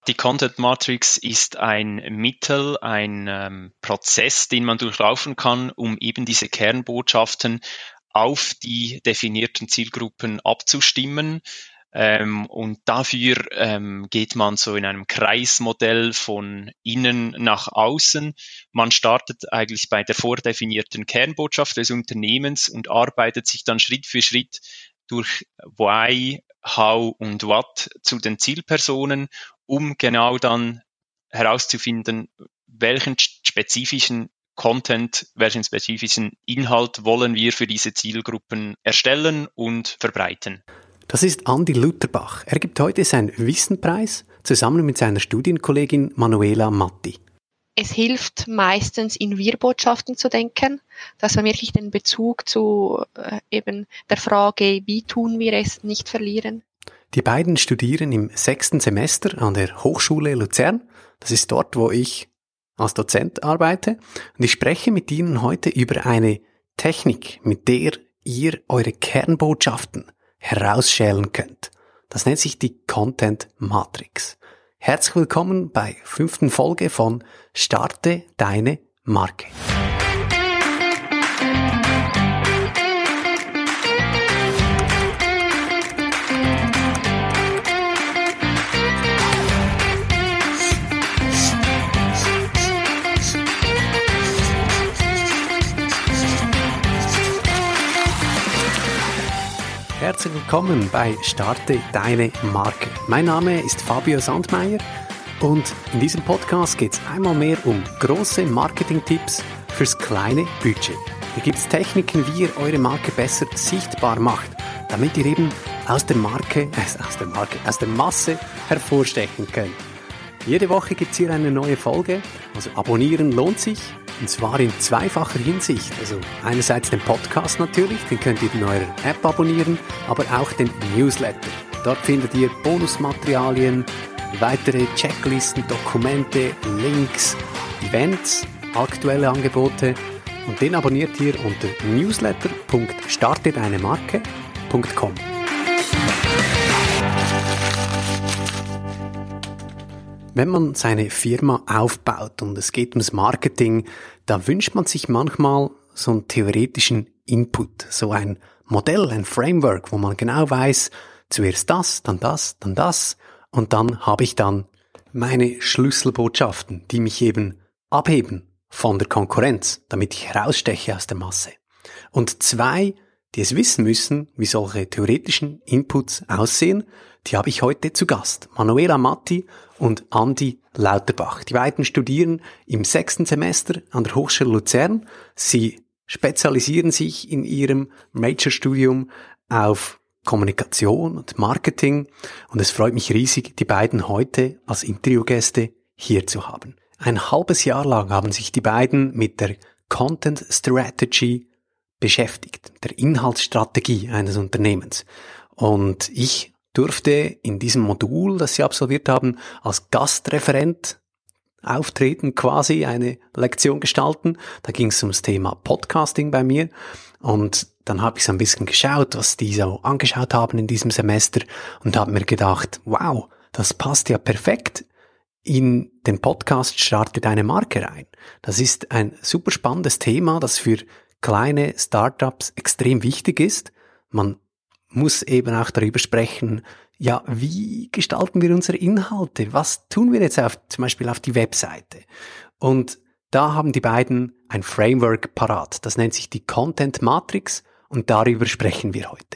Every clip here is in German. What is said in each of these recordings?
Die Content Matrix ist ein Mittel, ein Prozess, den man durchlaufen kann, um eben diese Kernbotschaften auf die definierten Zielgruppen abzustimmen. Und dafür geht man so in einem Kreismodell von innen nach außen. Man startet eigentlich bei der vordefinierten Kernbotschaft des Unternehmens und arbeitet sich dann Schritt für Schritt durch Why, How und What zu den Zielpersonen, um genau dann herauszufinden, welchen spezifischen Content, welchen spezifischen Inhalt wollen wir für diese Zielgruppen erstellen und verbreiten. Das ist Andi Lutherbach. Er gibt heute seinen Wissenpreis zusammen mit seiner Studienkollegin Manuela Matti. Es hilft meistens in Wir-Botschaften zu denken, dass man wirklich den Bezug zu eben der Frage, wie tun wir es, nicht verlieren. Die beiden studieren im 6. Semester an der Hochschule Luzern. Das ist dort, wo ich als Dozent arbeite. Und ich spreche mit Ihnen heute über eine Technik, mit der ihr eure Kernbotschaften herausschälen könnt. Das nennt sich die Content Matrix. Herzlich willkommen bei 5. Folge von Starte deine Marke. Herzlich willkommen bei Starte deine Marke. Mein Name ist Fabio Sandmeier und in diesem Podcast geht es einmal mehr um große Marketing-Tipps fürs kleine Budget. Hier gibt es Techniken, wie ihr eure Marke besser sichtbar macht, damit ihr eben aus der Masse hervorstechen könnt. Jede Woche gibt es hier eine neue Folge, also abonnieren lohnt sich. Und zwar in zweifacher Hinsicht. Also einerseits den Podcast natürlich, den könnt ihr in eurer App abonnieren, aber auch den Newsletter. Dort findet ihr Bonusmaterialien, weitere Checklisten, Dokumente, Links, Events, aktuelle Angebote. Und den abonniert ihr unter newsletter.startedeinemarke.com. Wenn man seine Firma aufbaut und es geht ums Marketing, da wünscht man sich manchmal so einen theoretischen Input, so ein Modell, ein Framework, wo man genau weiß, zuerst das, dann das, dann das und dann habe ich dann meine Schlüsselbotschaften, die mich eben abheben von der Konkurrenz, damit ich heraussteche aus der Masse. Und zwei, die es wissen müssen, wie solche theoretischen Inputs aussehen, die habe ich heute zu Gast. Manuela Matti und Andi Lauterbach. Die beiden studieren im 6. Semester an der Hochschule Luzern. Sie spezialisieren sich in ihrem Majorstudium auf Kommunikation und Marketing. Und es freut mich riesig, die beiden heute als Interviewgäste hier zu haben. Ein halbes Jahr lang haben sich die beiden mit der Content Strategy beschäftigt, der Inhaltsstrategie eines Unternehmens. Und ich durfte in diesem Modul, das sie absolviert haben, als Gastreferent auftreten, quasi eine Lektion gestalten. Da ging es ums Thema Podcasting bei mir und dann habe ich so ein bisschen geschaut, was die so angeschaut haben in diesem Semester und habe mir gedacht, wow, das passt ja perfekt in den Podcast Starte deine Marke rein. Das ist ein super spannendes Thema, das für kleine Startups extrem wichtig ist. Man muss eben auch darüber sprechen, ja, wie gestalten wir unsere Inhalte? Was tun wir jetzt zum Beispiel auf die Webseite? Und da haben die beiden ein Framework parat. Das nennt sich die Content Matrix und darüber sprechen wir heute.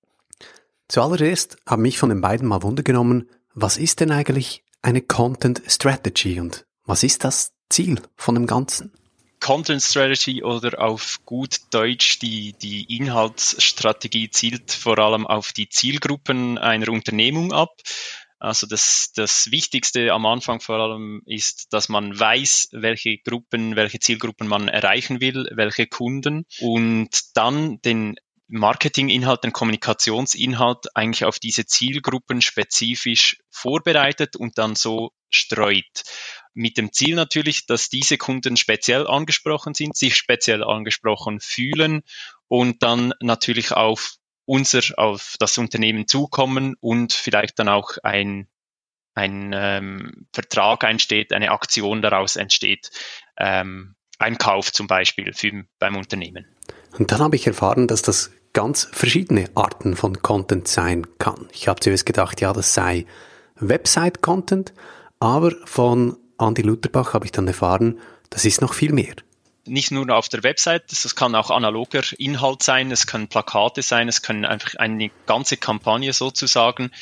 Zuallererst haben mich von den beiden mal Wunder genommen, was ist denn eigentlich eine Content Strategy und was ist das Ziel von dem Ganzen? Content Strategy oder auf gut Deutsch die Inhaltsstrategie zielt vor allem auf die Zielgruppen einer Unternehmung ab. Also das Wichtigste am Anfang vor allem ist, dass man weiß, welche Zielgruppen man erreichen will, welche Kunden und dann den Marketinginhalt, den Kommunikationsinhalt eigentlich auf diese Zielgruppen spezifisch vorbereitet und dann so streut. Mit dem Ziel natürlich, dass diese Kunden speziell angesprochen sind, sich speziell angesprochen fühlen und dann natürlich auf das Unternehmen zukommen und vielleicht dann auch ein Vertrag entsteht, eine Aktion daraus entsteht, ein Kauf zum Beispiel beim Unternehmen. Und dann habe ich erfahren, dass das ganz verschiedene Arten von Content sein kann. Ich habe zuerst gedacht, ja, das sei Website-Content, aber von Andi Lutherbach habe ich dann erfahren, das ist noch viel mehr. Nicht nur auf der Website, das kann auch analoger Inhalt sein, es können Plakate sein, es können einfach eine ganze Kampagne sozusagen,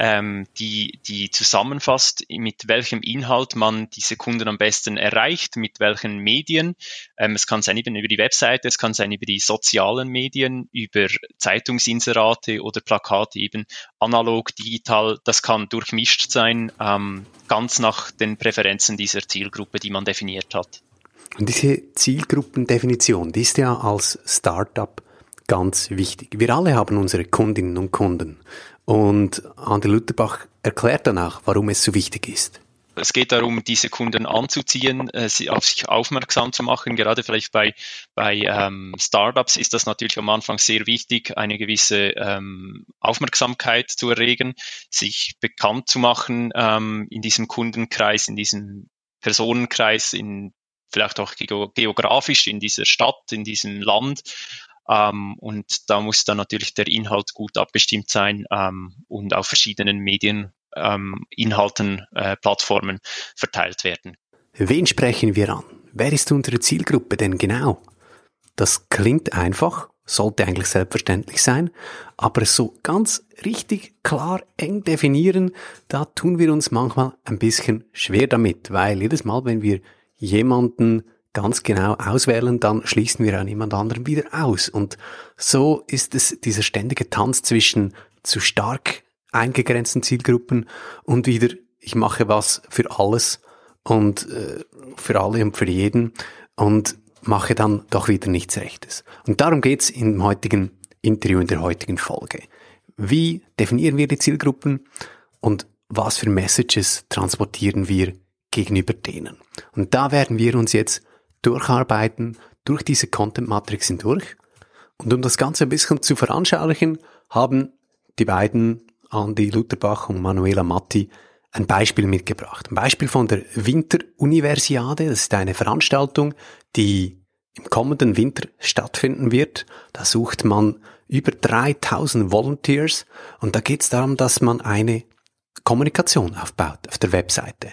die zusammenfasst, mit welchem Inhalt man diese Kunden am besten erreicht, mit welchen Medien. Es kann sein eben über die Webseite, es kann sein über die sozialen Medien, über Zeitungsinserate oder Plakate eben analog, digital, das kann durchmischt sein, ganz nach den Präferenzen dieser Zielgruppe, die man definiert hat. Und diese Zielgruppendefinition, die ist ja als Startup ganz wichtig. Wir alle haben unsere Kundinnen und Kunden. Und Andi Lutherbach erklärt dann auch, warum es so wichtig ist. Es geht darum, diese Kunden anzuziehen, sie auf sich aufmerksam zu machen. Gerade vielleicht bei Startups ist das natürlich am Anfang sehr wichtig, eine gewisse Aufmerksamkeit zu erregen, sich bekannt zu machen in diesem Kundenkreis, in diesem Personenkreis, vielleicht auch geografisch in dieser Stadt, in diesem Land. Und da muss dann natürlich der Inhalt gut abgestimmt sein und auf verschiedenen Medien, Inhalten, Plattformen verteilt werden. Wen sprechen wir an? Wer ist unsere Zielgruppe denn genau? Das klingt einfach, sollte eigentlich selbstverständlich sein, aber so ganz richtig klar eng definieren, da tun wir uns manchmal ein bisschen schwer damit, weil jedes Mal, wenn wir jemanden ganz genau auswählen, dann schließen wir an jemand anderen wieder aus. Und so ist es dieser ständige Tanz zwischen zu stark eingegrenzten Zielgruppen und wieder, ich mache was für alles und für alle und für jeden und mache dann doch wieder nichts Rechtes. Und darum geht's im heutigen Interview, in der heutigen Folge. Wie definieren wir die Zielgruppen und was für Messages transportieren wir gegenüber denen? Und da werden wir uns jetzt durcharbeiten, durch diese Content-Matrix hindurch. Und um das Ganze ein bisschen zu veranschaulichen, haben die beiden, Andi Lutherbach und Manuela Matti, ein Beispiel mitgebracht. Ein Beispiel von der Winteruniversiade. Das ist eine Veranstaltung, die im kommenden Winter stattfinden wird. Da sucht man über 3000 Volunteers und da geht es darum, dass man eine Kommunikation aufbaut auf der Webseite.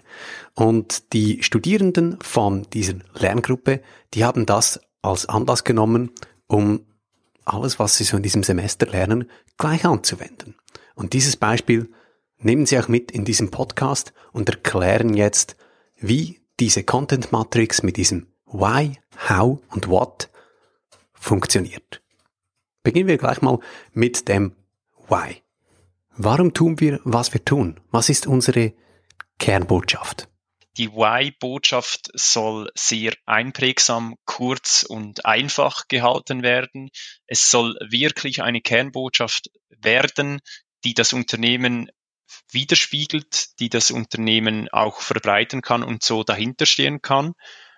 Und die Studierenden von dieser Lerngruppe, die haben das als Anlass genommen, um alles, was sie so in diesem Semester lernen, gleich anzuwenden. Und dieses Beispiel nehmen sie auch mit in diesem Podcast und erklären jetzt, wie diese Content Matrix mit diesem Why, How und What funktioniert. Beginnen wir gleich mal mit dem Why. Warum tun wir, was wir tun? Was ist unsere Kernbotschaft? Die Why-Botschaft soll sehr einprägsam, kurz und einfach gehalten werden. Es soll wirklich eine Kernbotschaft werden, die das Unternehmen widerspiegelt, die das Unternehmen auch verbreiten kann und so dahinterstehen kann.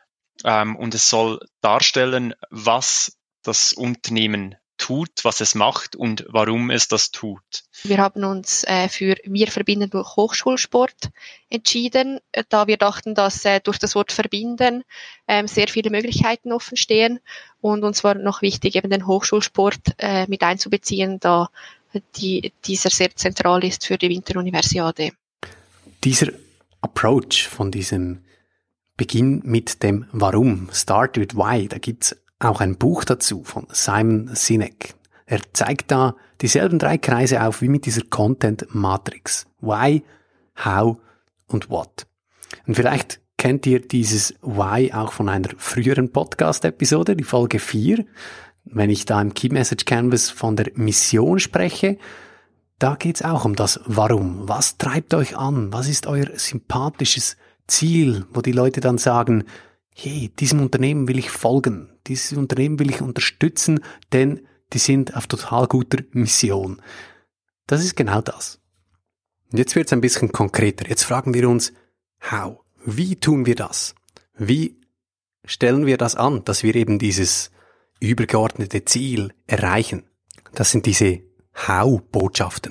Und es soll darstellen, was das Unternehmen tut, was es macht und warum es das tut. Wir haben uns für Wir verbinden durch Hochschulsport entschieden, da wir dachten, dass durch das Wort verbinden sehr viele Möglichkeiten offen stehen und uns war noch wichtig, eben den Hochschulsport mit einzubeziehen, da dieser sehr zentral ist für die Winteruniversiade. Dieser Approach von diesem Beginn mit dem Warum, Start with Why, da gibt's auch ein Buch dazu von Simon Sinek. Er zeigt da dieselben 3 Kreise auf wie mit dieser Content Matrix. Why, How und What. Und vielleicht kennt ihr dieses Why auch von einer früheren Podcast-Episode, die Folge 4. Wenn ich da im Key Message Canvas von der Mission spreche, da geht's auch um das Warum. Was treibt euch an? Was ist euer sympathisches Ziel, wo die Leute dann sagen, hey, diesem Unternehmen will ich folgen, dieses Unternehmen will ich unterstützen, denn die sind auf total guter Mission. Das ist genau das. Und jetzt wird es ein bisschen konkreter. Jetzt fragen wir uns, how? Wie tun wir das? Wie stellen wir das an, dass wir eben dieses übergeordnete Ziel erreichen? Das sind diese How-Botschaften.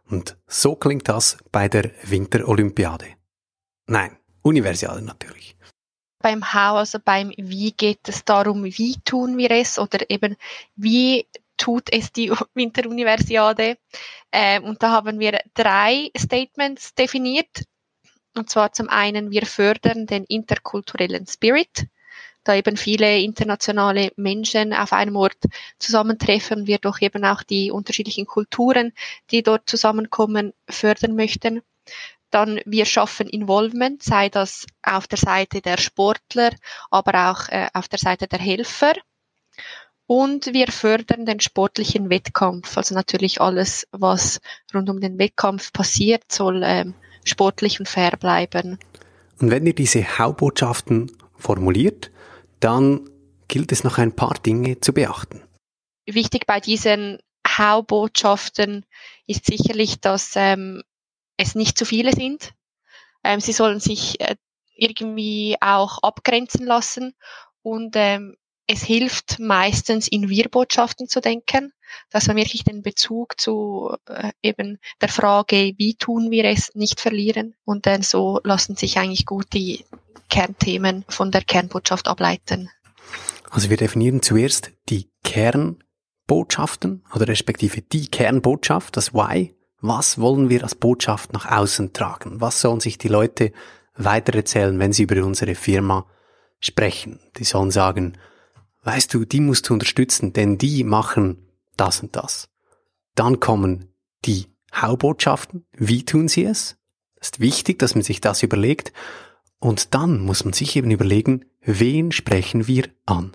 Und so klingt das bei der Winterolympiade. Nein, Universiade natürlich. Beim How, also beim Wie geht es darum, wie tun wir es oder eben wie tut es die Winteruniversiade. Und da haben wir 3 Statements definiert. Und zwar zum einen, wir fördern den interkulturellen Spirit, da eben viele internationale Menschen auf einem Ort zusammentreffen, wir doch eben auch die unterschiedlichen Kulturen, die dort zusammenkommen, fördern möchten. Dann wir schaffen Involvement, sei das auf der Seite der Sportler, aber auch auf der Seite der Helfer. Und wir fördern den sportlichen Wettkampf, also natürlich alles, was rund um den Wettkampf passiert, soll sportlich und fair bleiben. Und wenn ihr diese Hauptbotschaften formuliert, dann gilt es noch ein paar Dinge zu beachten. Wichtig bei diesen Hauptbotschaften ist sicherlich, dass es nicht zu viele sind. Sie sollen sich irgendwie auch abgrenzen lassen und es hilft meistens in Wir-Botschaften zu denken, dass man wirklich den Bezug zu eben der Frage, wie tun wir es, nicht verlieren. Und dann so lassen sich eigentlich gut die Kernthemen von der Kernbotschaft ableiten. Also wir definieren zuerst die Kernbotschaften oder respektive die Kernbotschaft, das Why. Was wollen wir als Botschaft nach außen tragen? Was sollen sich die Leute weitererzählen, wenn sie über unsere Firma sprechen? Die sollen sagen, weißt du, die musst du unterstützen, denn die machen das und das. Dann kommen die Hauptbotschaften. Wie tun sie es? Das ist wichtig, dass man sich das überlegt. Und dann muss man sich eben überlegen, wen sprechen wir an?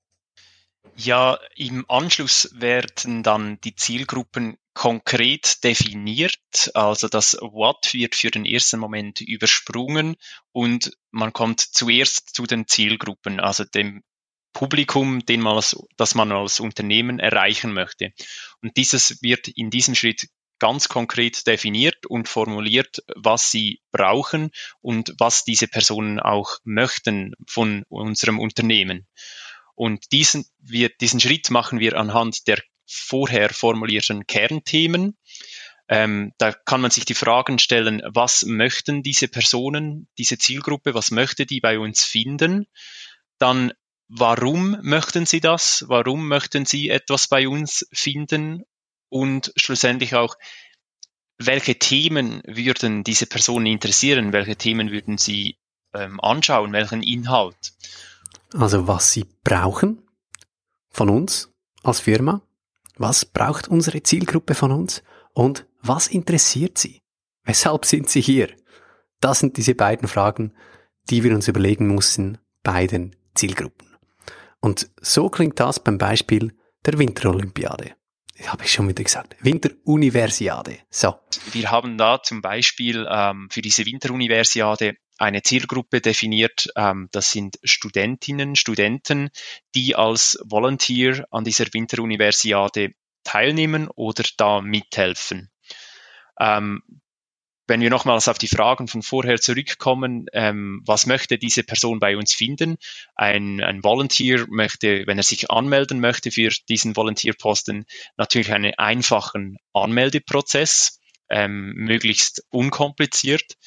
Ja, im Anschluss werden dann die Zielgruppen konkret definiert. Also das What wird für den ersten Moment übersprungen und man kommt zuerst zu den Zielgruppen, also dem Publikum, das man als Unternehmen erreichen möchte. Und dieses wird in diesem Schritt ganz konkret definiert und formuliert, was sie brauchen und was diese Personen auch möchten von unserem Unternehmen. Und diesen Schritt machen wir anhand der vorher formulierten Kernthemen. Da kann man sich die Fragen stellen, was möchten diese Personen, diese Zielgruppe, was möchte die bei uns finden? Dann, warum möchten sie das? Warum möchten sie etwas bei uns finden? Und schlussendlich auch, welche Themen würden diese Personen interessieren? Welche Themen würden sie anschauen? Welchen Inhalt? Also was sie brauchen von uns als Firma, was braucht unsere Zielgruppe von uns und was interessiert sie? Weshalb sind sie hier? Das sind diese beiden Fragen, die wir uns überlegen müssen bei den Zielgruppen. Und so klingt das beim Beispiel der Winterolympiade. Habe ich schon wieder gesagt. Winteruniversiade. So. Wir haben da zum Beispiel für diese Winteruniversiade eine Zielgruppe definiert. Das sind Studentinnen, Studenten, die als Volunteer an dieser Winteruniversiade teilnehmen oder da mithelfen. Wenn wir nochmals auf die Fragen von vorher zurückkommen, was möchte diese Person bei uns finden? Ein Volunteer möchte, wenn er sich anmelden möchte für diesen Volunteerposten, natürlich einen einfachen Anmeldeprozess, möglichst unkompliziert.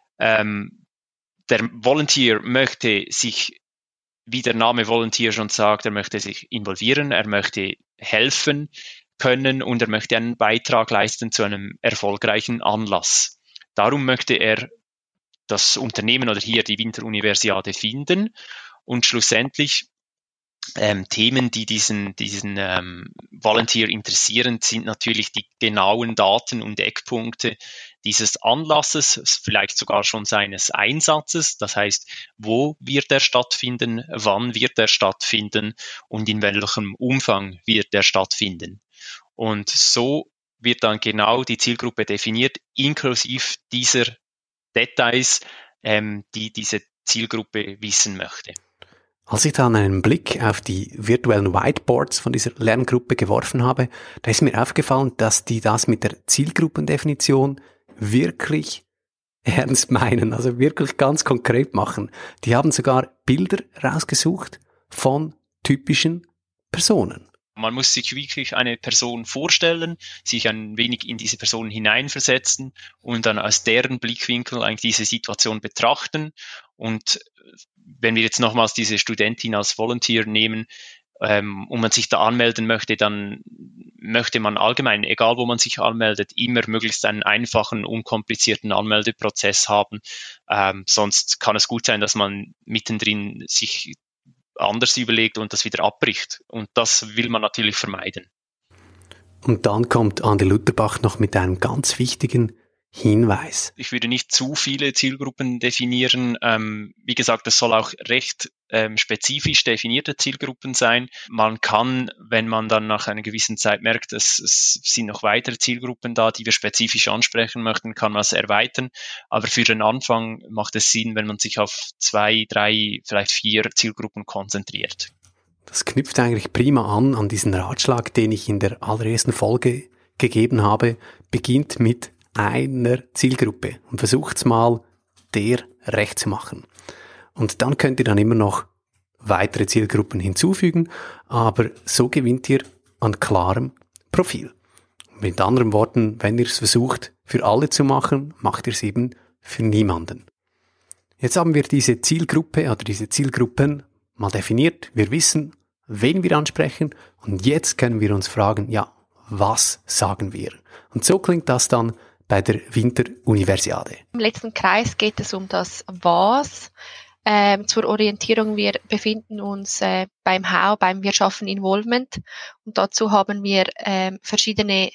Der Volunteer möchte sich, wie der Name Volunteer schon sagt, er möchte sich involvieren, er möchte helfen können und er möchte einen Beitrag leisten zu einem erfolgreichen Anlass. Darum möchte er das Unternehmen oder hier die Winteruniversiade finden und schlussendlich Themen, die diesen Volunteer interessieren, sind natürlich die genauen Daten und Eckpunkte dieses Anlasses, vielleicht sogar schon seines Einsatzes. Das heißt, wo wird er stattfinden, wann wird er stattfinden und in welchem Umfang wird er stattfinden. Und so wird dann genau die Zielgruppe definiert, inklusive dieser Details, die diese Zielgruppe wissen möchte. Als ich dann einen Blick auf die virtuellen Whiteboards von dieser Lerngruppe geworfen habe, da ist mir aufgefallen, dass die das mit der Zielgruppendefinition wirklich ernst meinen, also wirklich ganz konkret machen. Die haben sogar Bilder rausgesucht von typischen Personen. Man muss sich wirklich eine Person vorstellen, sich ein wenig in diese Person hineinversetzen und dann aus deren Blickwinkel eigentlich diese Situation betrachten. Und wenn wir jetzt nochmals diese Studentin als Volunteer nehmen, und man sich da anmelden möchte, dann möchte man allgemein, egal wo man sich anmeldet, immer möglichst einen einfachen, unkomplizierten Anmeldeprozess haben. Sonst kann es gut sein, dass man mittendrin sich anders überlegt und das wieder abbricht. Und das will man natürlich vermeiden. Und dann kommt Andi Lutherbach noch mit einem ganz wichtigen Hinweis. Ich würde nicht zu viele Zielgruppen definieren. Wie gesagt, es soll auch recht spezifisch definierte Zielgruppen sein. Man kann, wenn man dann nach einer gewissen Zeit merkt, es sind noch weitere Zielgruppen da, die wir spezifisch ansprechen möchten, kann man es erweitern. Aber für den Anfang macht es Sinn, wenn man sich auf 2, 3, vielleicht 4 Zielgruppen konzentriert. Das knüpft eigentlich prima an diesen Ratschlag, den ich in der allerersten Folge gegeben habe. Beginnt mit einer Zielgruppe und versucht's mal, der recht zu machen. Und dann könnt ihr dann immer noch weitere Zielgruppen hinzufügen, aber so gewinnt ihr an klarem Profil. Mit anderen Worten, wenn ihr es versucht, für alle zu machen, macht ihr es eben für niemanden. Jetzt haben wir diese Zielgruppe oder diese Zielgruppen mal definiert. Wir wissen, wen wir ansprechen und jetzt können wir uns fragen, ja, was sagen wir? Und so klingt das dann bei der Winteruniversiade. Im letzten Kreis geht es um das Was. Zur Orientierung, wir befinden uns beim How, beim Wir schaffen Involvement. Und dazu haben wir verschiedene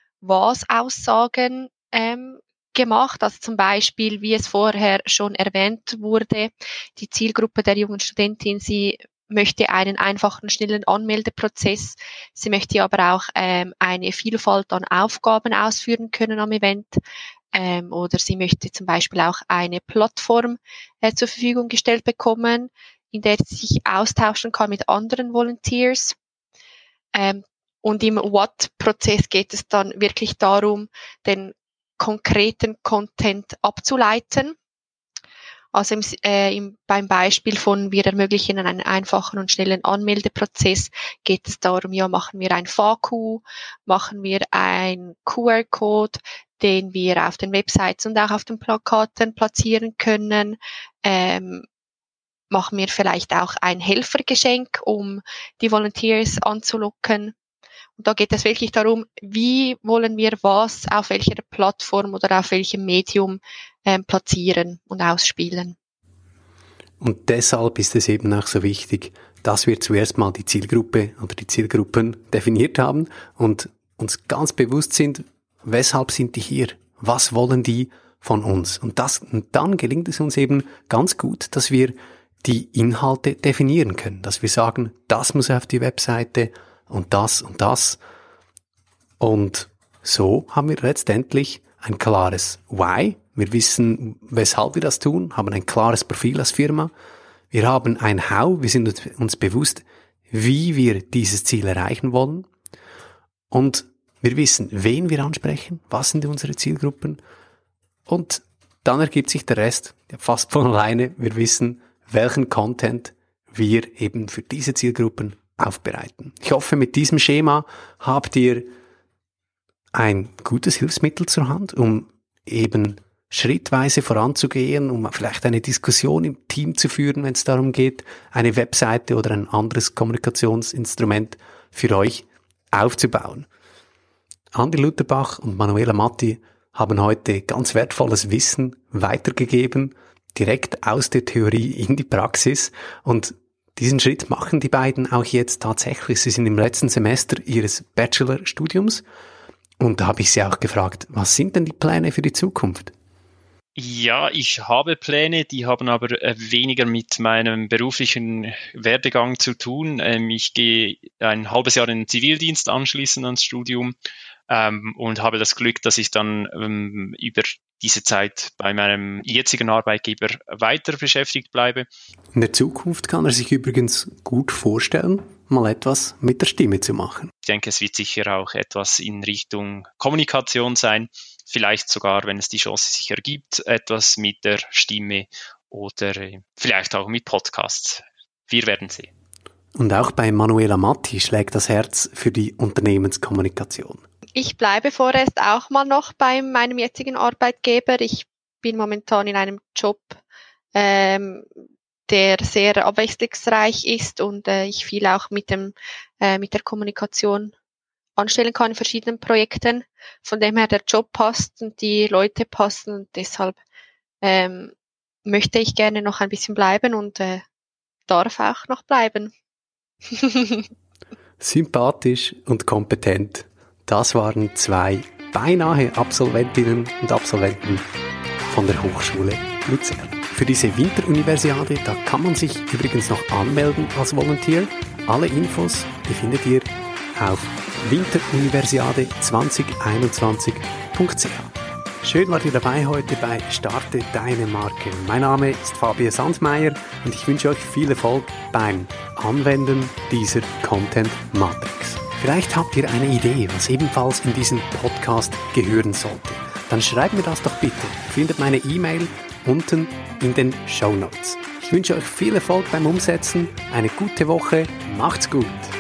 Was-Aussagen gemacht. Also zum Beispiel, wie es vorher schon erwähnt wurde, die Zielgruppe der jungen Studentin, sie möchte einen einfachen, schnellen Anmeldeprozess. Sie möchte aber auch eine Vielfalt an Aufgaben ausführen können am Event. Oder sie möchte zum Beispiel auch eine Plattform zur Verfügung gestellt bekommen, in der sie sich austauschen kann mit anderen Volunteers. Und im What-Prozess geht es dann wirklich darum, den konkreten Content abzuleiten. Also beim Beispiel von wir ermöglichen einen einfachen und schnellen Anmeldeprozess geht es darum, ja, machen wir ein FAQ, machen wir ein QR-Code, den wir auf den Websites und auch auf den Plakaten platzieren können, machen wir vielleicht auch ein Helfergeschenk, um die Volunteers anzulocken. Und da geht es wirklich darum, wie wollen wir was auf welcher Plattform oder auf welchem Medium platzieren und ausspielen. Und deshalb ist es eben auch so wichtig, dass wir zuerst mal die Zielgruppe oder die Zielgruppen definiert haben und uns ganz bewusst sind, weshalb sind die hier? Was wollen die von uns? Und dann gelingt es uns eben ganz gut, dass wir die Inhalte definieren können, dass wir sagen, das muss auf die Webseite und das und das. Und so haben wir letztendlich ein klares Why. Wir wissen, weshalb wir das tun, haben ein klares Profil als Firma. Wir haben ein How, wir sind uns bewusst, wie wir dieses Ziel erreichen wollen. Und wir wissen, wen wir ansprechen, was sind unsere Zielgruppen. Und dann ergibt sich der Rest fast von alleine. Wir wissen, welchen Content wir eben für diese Zielgruppen aufbereiten. Ich hoffe, mit diesem Schema habt ihr ein gutes Hilfsmittel zur Hand, um eben schrittweise voranzugehen, um vielleicht eine Diskussion im Team zu führen, wenn es darum geht, eine Webseite oder ein anderes Kommunikationsinstrument für euch aufzubauen. Andi Lutherbach und Manuela Matti haben heute ganz wertvolles Wissen weitergegeben, direkt aus der Theorie in die Praxis, und diesen Schritt machen die beiden auch jetzt tatsächlich. Sie sind im letzten Semester ihres Bachelorstudiums und da habe ich sie auch gefragt, was sind denn die Pläne für die Zukunft? Ja, ich habe Pläne, die haben aber weniger mit meinem beruflichen Werdegang zu tun. Ich gehe ein halbes Jahr in den Zivildienst anschließend ans Studium und habe das Glück, dass ich dann über diese Zeit bei meinem jetzigen Arbeitgeber weiter beschäftigt bleibe. In der Zukunft kann er sich übrigens gut vorstellen, mal etwas mit der Stimme zu machen. Ich denke, es wird sicher auch etwas in Richtung Kommunikation sein, vielleicht sogar, wenn es die Chance sich ergibt, etwas mit der Stimme oder vielleicht auch mit Podcasts. Wir werden sehen. Und auch bei Manuela Matti schlägt das Herz für die Unternehmenskommunikation. Ich bleibe vorerst auch mal noch bei meinem jetzigen Arbeitgeber. Ich bin momentan in einem Job, der sehr abwechslungsreich ist und ich viel auch mit der Kommunikation anstellen kann in verschiedenen Projekten. Von dem her der Job passt und die Leute passen und deshalb möchte ich gerne noch ein bisschen bleiben und darf auch noch bleiben. Sympathisch und kompetent. Das waren 2 beinahe Absolventinnen und Absolventen von der Hochschule Luzern. Für diese Winteruniversiade, da kann man sich übrigens noch anmelden als Volunteer. Alle Infos, die findet ihr auf winteruniversiade2021.ch. Schön wart ihr dabei heute bei Starte Deine Marke. Mein Name ist Fabio Sandmeier und ich wünsche euch viel Erfolg beim Anwenden dieser Content Matrix. Vielleicht habt ihr eine Idee, was ebenfalls in diesen Podcast gehören sollte. Dann schreibt mir das doch bitte. Ihr findet meine E-Mail unten in den Shownotes. Ich wünsche euch viel Erfolg beim Umsetzen, eine gute Woche, macht's gut!